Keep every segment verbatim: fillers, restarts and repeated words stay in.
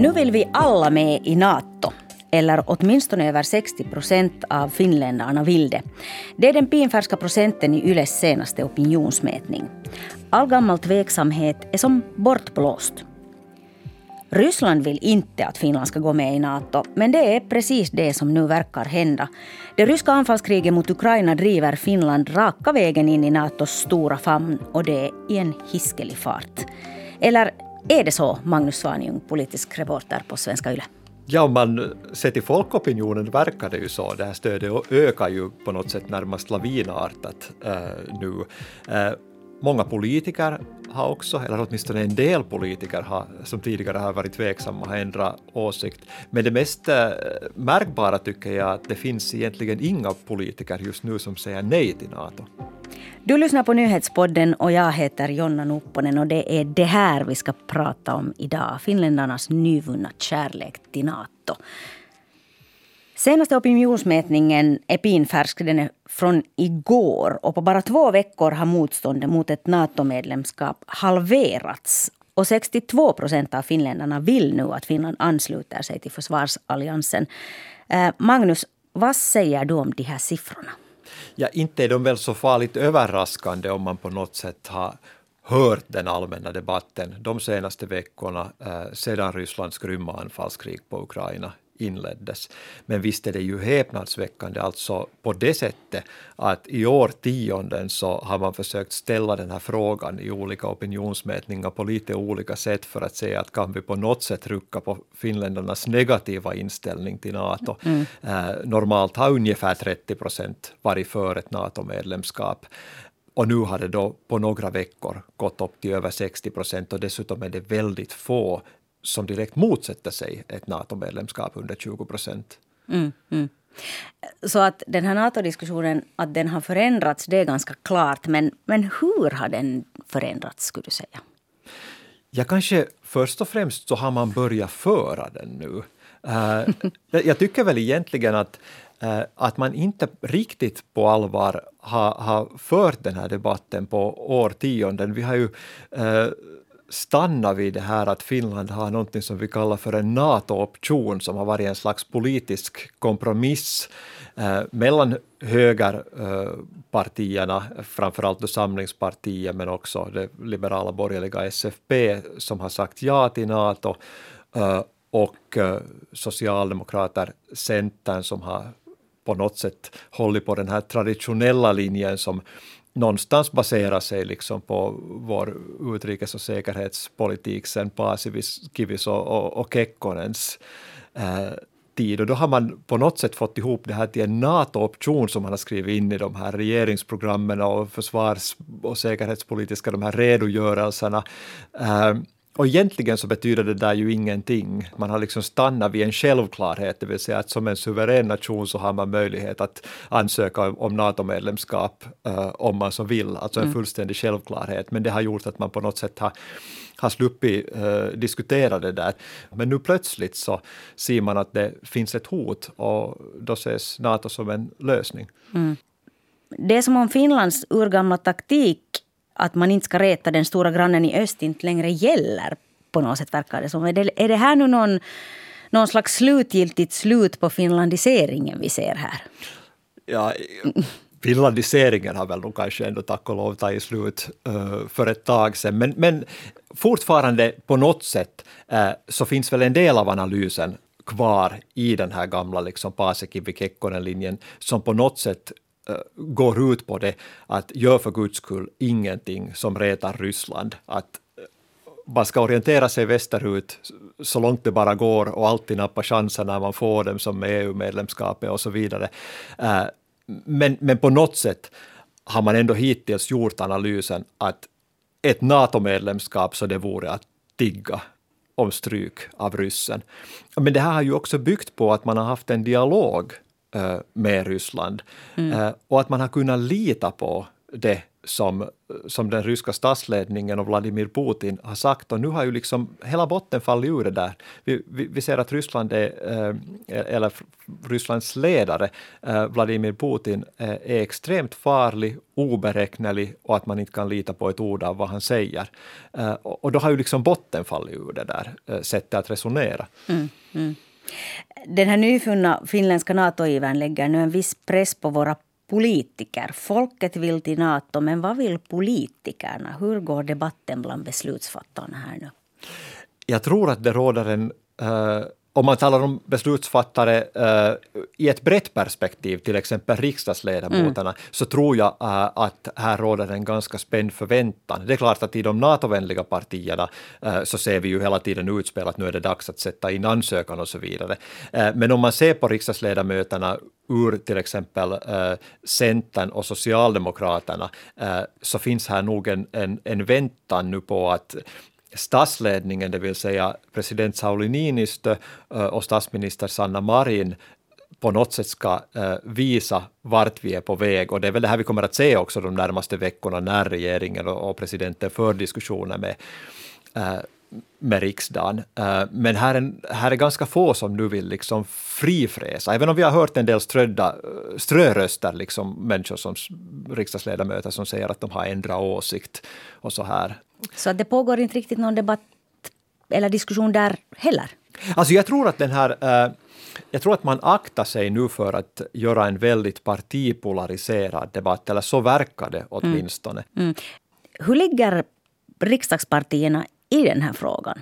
Nu vill vi alla med i NATO. Eller åtminstone över sextio procent av finländarna vill det. Det är den pinfärska procenten i Yles senaste opinionsmätning. All gammal tveksamhet är som bortblåst. Ryssland vill inte att Finland ska gå med i NATO, men det är precis det som nu verkar hända. Det ryska anfallskriget mot Ukraina driver Finland raka vägen in i NATOs stora famn, och det är i en hiskelig fart. Eller är det så, Magnus Svanjung, politisk reporter på Svenska Yle? Ja, om man ser till folkopinionen verkar det ju så. Det här stödet ökar ju på något sätt närmast lavinartat uh, nu. Uh, många politiker har också, eller åtminstone en del politiker har, som tidigare har varit tveksamma, har ändrat åsikt. Men det mest uh, märkbara tycker jag att det finns egentligen inga politiker just nu som säger nej till NATO. Du lyssnar på Nyhetspodden och jag heter Jonna Nupponen, och det är det här vi ska prata om idag. Finländarnas nyvunna kärlek till NATO. Senaste opinionsmätningen är pinfärsk, den är från igår, och på bara två veckor har motståndet mot ett NATO-medlemskap halverats. Och sextiotvå procent av finländarna vill nu att Finland ansluter sig till försvarsalliansen. Eh, Magnus, vad säger du om de här siffrorna? Ja, inte är de väl så farligt överraskande om man på något sätt har hört den allmänna debatten de senaste veckorna eh, sedan Rysslands grymma anfallskrig på Ukraina inleddes. Men visst är det ju häpnadsväckande alltså på det sättet att i årtionden så har man försökt ställa den här frågan i olika opinionsmätningar på lite olika sätt för att se att kan vi på något sätt rucka på finländarnas negativa inställning till NATO. Mm. Eh, normalt har ungefär trettio procent varit för ett NATO-medlemskap. Och nu har det då på några veckor gått upp till över sextio procent, och dessutom är det väldigt få som direkt motsätter sig ett NATO-medlemskap under tjugo procent. Mm, mm. Så att den här NATO-diskussionen, att den har förändrats, det är ganska klart. Men, men hur har den förändrats, skulle du säga? Ja, kanske först och främst så har man börjat föra den nu. Uh, jag tycker väl egentligen att, uh, att man inte riktigt på allvar har, har fört den här debatten på årtionden. Vi har ju uh, stanna vid det här att Finland har något som vi kallar för en NATO-option som har varit en slags politisk kompromiss eh, mellan högerpartierna, eh, framförallt då Samlingspartiet men också det liberala borgerliga S F P som har sagt ja till NATO eh, och eh, socialdemokrater, Centern som har på något sätt hållit på den här traditionella linjen som någonstans baserar sig liksom på vår utrikes- och säkerhetspolitik sen Paasikivis och, och, och Kekkonens eh, tid. Och då har man på något sätt fått ihop det här till en NATO-option som man har skrivit in i de här regeringsprogrammen och försvars- och säkerhetspolitiska de här redogörelserna. Eh, Och egentligen så betyder det där ju ingenting. Man har liksom stannat vid en självklarhet, det vill säga att som en suverän nation så har man möjlighet att ansöka om NATO-medlemskap uh, om man så vill. Alltså en fullständig självklarhet. Men det har gjort att man på något sätt har, har sluppit uh, diskutera det där. Men nu plötsligt så ser man att det finns ett hot och då ses NATO som en lösning. Mm. Det är som om Finlands urgamla taktik att man inte ska reta den stora grannen i öst inte längre gäller på något sätt, verkar det som. Är det, är det här nu någon, någon slags slutgiltigt slut på finlandiseringen vi ser här? Ja, finlandiseringen har väl nog kanske ändå tack och lov tagit slut uh, för ett tag sedan. Men, men fortfarande på något sätt uh, så finns väl en del av analysen kvar i den här gamla liksom Paasikivi-Kekkonen-linjen som på något sätt går ut på det att gör för Guds skull ingenting som retar Ryssland. Att man ska orientera sig västerut så långt det bara går och alltid nappa chanser när man får dem som E U-medlemskapet och så vidare. Men, men på något sätt har man ändå hittills gjort analysen att ett NATO-medlemskap så det vore att tigga om stryk av ryssen. Men det här har ju också byggt på att man har haft en dialog med Ryssland. Mm. Och att man har kunnat lita på det som, som den ryska statsledningen och Vladimir Putin har sagt, och nu har ju liksom hela botten fallit ur det där. Vi, vi, vi ser att Ryssland är, eh, eller Rysslands ledare eh, Vladimir Putin eh, är extremt farlig, oberäknelig och att man inte kan lita på ett ord av vad han säger. Eh, och, och då har ju liksom botten fallit ur det där eh, sättet att resonera. Mm, mm. Den här nyfunna finländska NATO-ivern lägger nu en viss press på våra politiker. Folket vill till NATO, men vad vill politikerna? Hur går debatten bland beslutsfattarna här nu? Jag tror att det råder en... Uh, om man talar om beslutsfattare uh, i ett brett perspektiv, till exempel riksdagsledamöterna, mm. så tror jag uh, att här råder en ganska spänd förväntan. Det är klart att i de NATO-vänliga partierna uh, så ser vi ju hela tiden utspel att nu är det dags att sätta in ansökan och så vidare. Uh, men om man ser på riksdagsledamöterna ur till exempel uh, Centern och Socialdemokraterna uh, så finns här nog en, en, en väntan nu på att statsledningen, det vill säga president Sauli Niinistö och statsminister Sanna Marin, på något sätt ska uh, visa vart vi är på väg. Och det är väl det här vi kommer att se också de närmaste veckorna när regeringen och, och presidenten för diskussioner med, uh, med riksdagen. Uh, men här är, här är ganska få som nu vill liksom frifräsa. Även om vi har hört en del strödda, ströröster, liksom människor som riksdagsledamöter som säger att de har ändrat åsikt och så här. Så det pågår inte riktigt någon debatt eller diskussion där heller? Alltså jag tror att den här... Uh, jag tror att man aktar sig nu för att göra en väldigt partipolariserad debatt, eller så verkar det åtminstone. Mm. Mm. Hur ligger riksdagspartierna i den här frågan?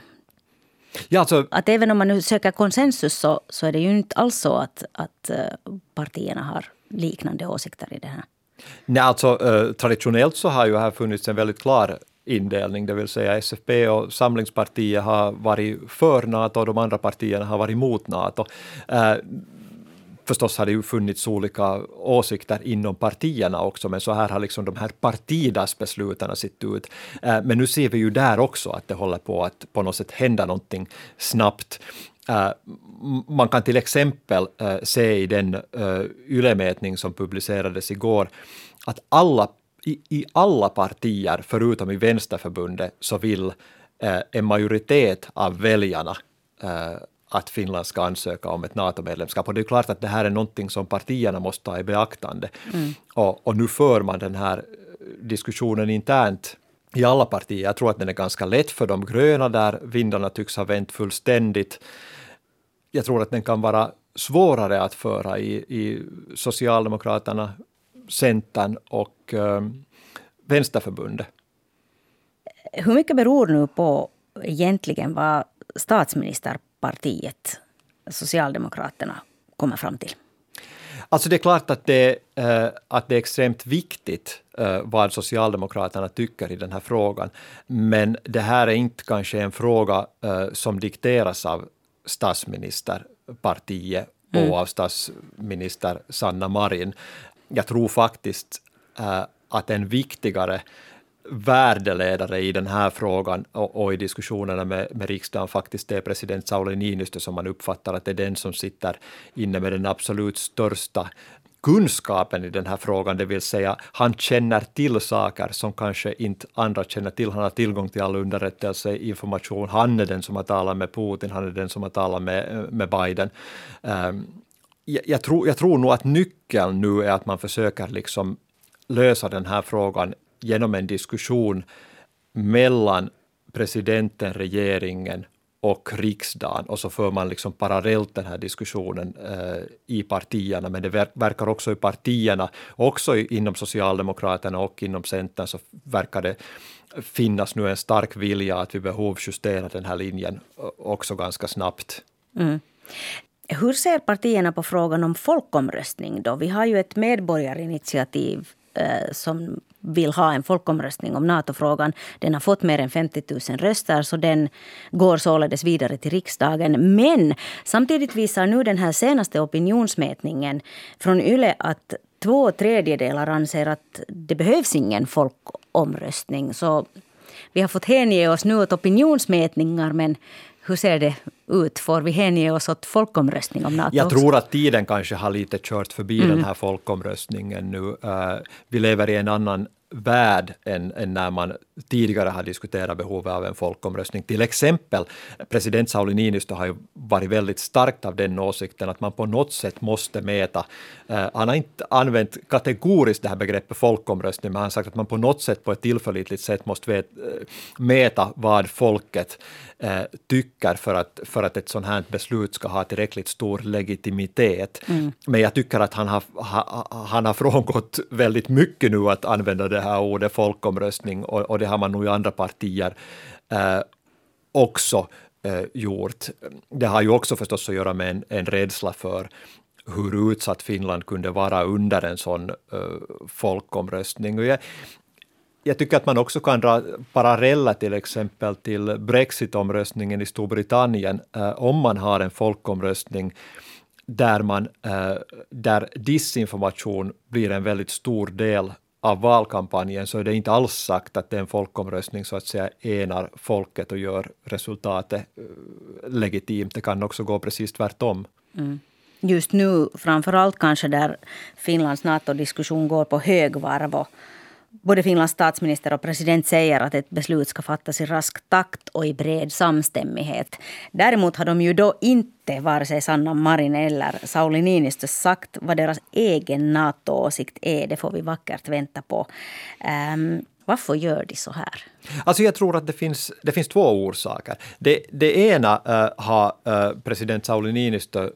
Ja, alltså, att även om man nu söker konsensus så, så är det ju inte alls så att, att partierna har liknande åsikter i det här. Nej, alltså eh, traditionellt så har ju här funnits en väldigt klar indelning, det vill säga S F P och Samlingspartiet har varit för NATO och de andra partierna har varit mot NATO. Eh, förstås har det ju funnits olika åsikter inom partierna också, men så här har liksom de här partidagsbesluten sett ut. Eh, men nu ser vi ju där också att det håller på att på något sätt hända någonting snabbt. Uh, man kan till exempel uh, se i den uh, YLE-mätning som publicerades igår att alla, i, i alla partier förutom i Vänsterförbundet så vill uh, en majoritet av väljarna uh, att Finland ska ansöka om ett NATO-medlemskap. Och det är klart att det här är någonting som partierna måste ta i beaktande. Mm. Och, och nu för man den här diskussionen internt i alla partier. Jag tror att den är ganska lätt för de gröna där vindarna tycks ha vänt fullständigt. Jag tror att den kan vara svårare att föra i, i Socialdemokraterna, Centern och eh, Vänsterförbundet. Hur mycket beror nu på egentligen vad statsministerpartiet, Socialdemokraterna, kommer fram till? Alltså det är klart att det, eh, att det är extremt viktigt eh, vad Socialdemokraterna tycker i den här frågan. Men det här är inte kanske en fråga eh, som dikteras av statsministerpartiet mm. och av statsminister Sanna Marin. Jag tror faktiskt äh, att en viktigare värdeledare i den här frågan och, och i diskussionerna med, med riksdagen faktiskt är president Sauli Niinistö, som man uppfattar att det är den som sitter inne med den absolut största kunskapen i den här frågan, det vill säga han känner till saker som kanske inte andra känner till. Han har tillgång till all underrättelse, information. Han är den som har talat med Putin, han är den som har talat med, med Biden. Um, jag, jag, tror, jag tror nog att nyckeln nu är att man försöker liksom lösa den här frågan genom en diskussion mellan presidenten, regeringen och riksdagen, och så för man liksom parallellt den här diskussionen eh, i partierna, men det ver- verkar också i partierna, också i, inom Socialdemokraterna och inom Centern, så verkar det finnas nu en stark vilja att vi behöver justera den här linjen också ganska snabbt. Mm. Hur ser partierna på frågan om folkomröstning då? Vi har ju ett medborgarinitiativ eh, som vill ha en folkomröstning om NATO-frågan. Den har fått mer än femtio tusen röster, så den går således vidare till riksdagen. Men samtidigt visar nu den här senaste opinionsmätningen från YLE att två tredjedelar anser att det behövs ingen folkomröstning. Så vi har fått hänge oss nu åt opinionsmätningar, men hur ser det ut? Får vi hänge oss åt folkomröstning om NATO? Jag tror att tiden kanske har lite kört förbi mm. den här folkomröstningen nu. Uh, vi lever i en annan värld än, än när man tidigare har diskuterat behovet av en folkomröstning. Till exempel, president Sauli Niinistö har ju varit väldigt starkt av den åsikten att man på något sätt måste mäta. Uh, han har inte använt kategoriskt det här begreppet folkomröstning, men han har sagt att man på något sätt på ett tillförlitligt sätt måste vet, uh, mäta vad folket uh, tycker för att, för att ett sådant här beslut ska ha tillräckligt stor legitimitet. Mm. Men jag tycker att han har, ha, han har frångått väldigt mycket nu att använda det här ordet folkomröstning, och, och det har man nog i andra partier eh, också eh, gjort. Det har ju också förstås att göra med en, en rädsla för hur utsatt Finland kunde vara under en sån eh, folkomröstning. Och jag, jag tycker att man också kan dra paralleller till exempel till Brexit-omröstningen i Storbritannien. Eh, om man har en folkomröstning där, man, eh, där disinformation blir en väldigt stor del av valkampanjen, så är det inte alls sagt att det är en folkomröstning så att säga enar folket och gör resultatet uh, legitimt. Det kan också gå precis tvärtom. Mm. Just nu, framförallt kanske där Finlands NATO-diskussion går på högvarv, och både Finlands statsminister och president säger att ett beslut ska fattas i rask takt och i bred samstämmighet. Däremot har de ju då inte, vare sig Sanna Marin eller Sauli Niinistö, sagt vad deras egen NATO-åsikt är. Det får vi vackert vänta på. Um, varför gör de så här? Alltså jag tror att det finns, det finns två orsaker. Det, det ena uh, har uh, president Sauli Niinistö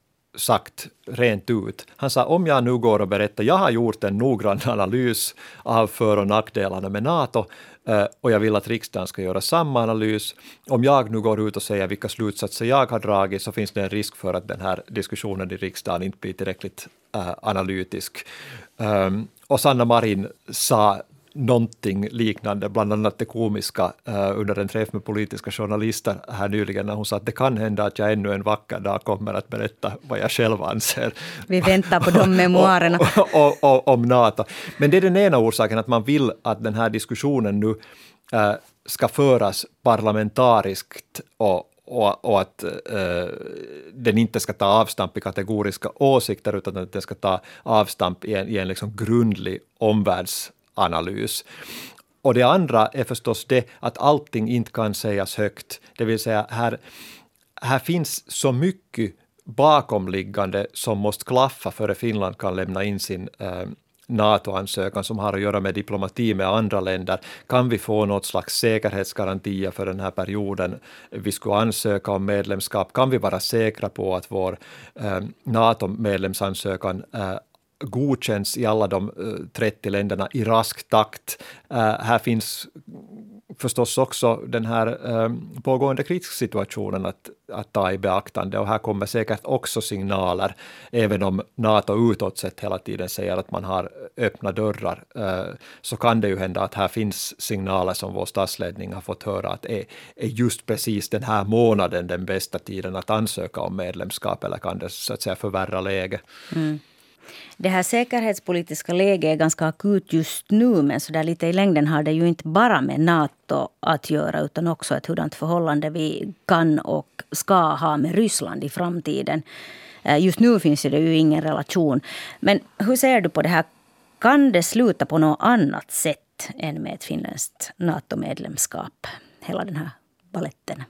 sagt rent ut. Han sa, om jag nu går och berättar, jag har gjort en noggrann analys av för- och nackdelarna med NATO eh, och jag vill att riksdagen ska göra samma analys. Om jag nu går ut och säger vilka slutsatser jag har dragit, så finns det en risk för att den här diskussionen i riksdagen inte blir tillräckligt eh, analytisk. Um, och Sanna Marin sa någonting liknande, bland annat det komiska uh, under en träff med politiska journalister här nyligen, när hon sa att det kan hända att jag ännu en vacker dag kommer att berätta vad jag själv anser. Vi väntar på de memoarerna. och, och, och, om NATO. Men det är den ena orsaken, att man vill att den här diskussionen nu uh, ska föras parlamentariskt och Och, och att uh, den inte ska ta avstamp i kategoriska åsikter, utan att den ska ta avstamp i en, i en liksom grundlig omvärldsanalys. Och det andra är förstås det att allting inte kan sägas högt. Det vill säga, här, här finns så mycket bakomliggande som måste klaffa före Finland kan lämna in sin uh, NATO-ansökan, som har att göra med diplomati med andra länder. Kan vi få något slags säkerhetsgarantier för den här perioden vi skulle ansöka om medlemskap? Kan vi vara säkra på att vår eh, NATO-medlemsansökan eh, godkänns i alla de eh, trettio länderna i rask takt? Eh, här finns förstås också den här eh, pågående krigssituationen att, att ta i beaktande, och här kommer säkert också signaler, även om NATO utåt sett hela tiden säger att man har öppna dörrar, eh, så kan det ju hända att här finns signaler som vår statsledning har fått höra att är, är just precis den här månaden den bästa tiden att ansöka om medlemskap, eller kan det så att säga förvärra läget. Mm. Det här säkerhetspolitiska läget är ganska akut just nu, men så där lite i längden har det ju inte bara med NATO att göra, utan också ett hurdant förhållande vi kan och ska ha med Ryssland i framtiden. Just nu finns det ju ingen relation. Men hur ser du på det här? Kan det sluta på något annat sätt än med ett finländskt NATO-medlemskap? Hela den här balletten.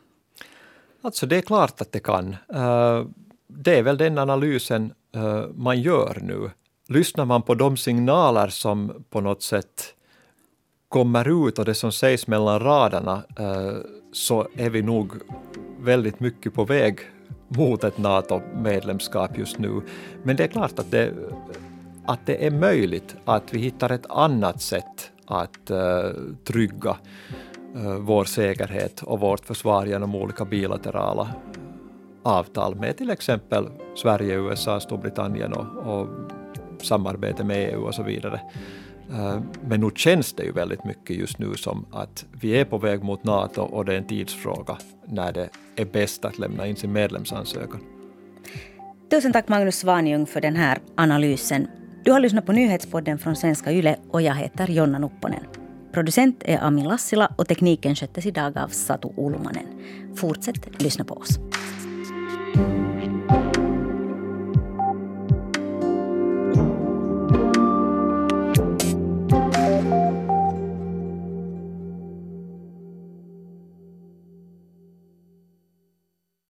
Alltså det är klart att det kan. Det är väl den analysen man gör nu. Lyssnar man på de signaler som på något sätt kommer ut och det som sägs mellan raderna, så är vi nog väldigt mycket på väg mot ett NATO-medlemskap just nu. Men det är klart att det, att det är möjligt att vi hittar ett annat sätt att trygga vår säkerhet och vårt försvar genom olika bilaterala avtal med till exempel Sverige, U S A, Storbritannien och, och samarbete med E U och så vidare. Men nu känns det ju väldigt mycket just nu som att vi är på väg mot NATO, och det är en tidsfråga när det är bäst att lämna in sin medlemsansökan. Tusen tack Magnus Svanjung för den här analysen. Du har lyssnat på nyhetspodden från Svenska Yle och jag heter Jonna Nupponen. Producent är Amin Lassila och tekniken sköttes idag av Satu Ulmanen. Fortsätt lyssna på oss.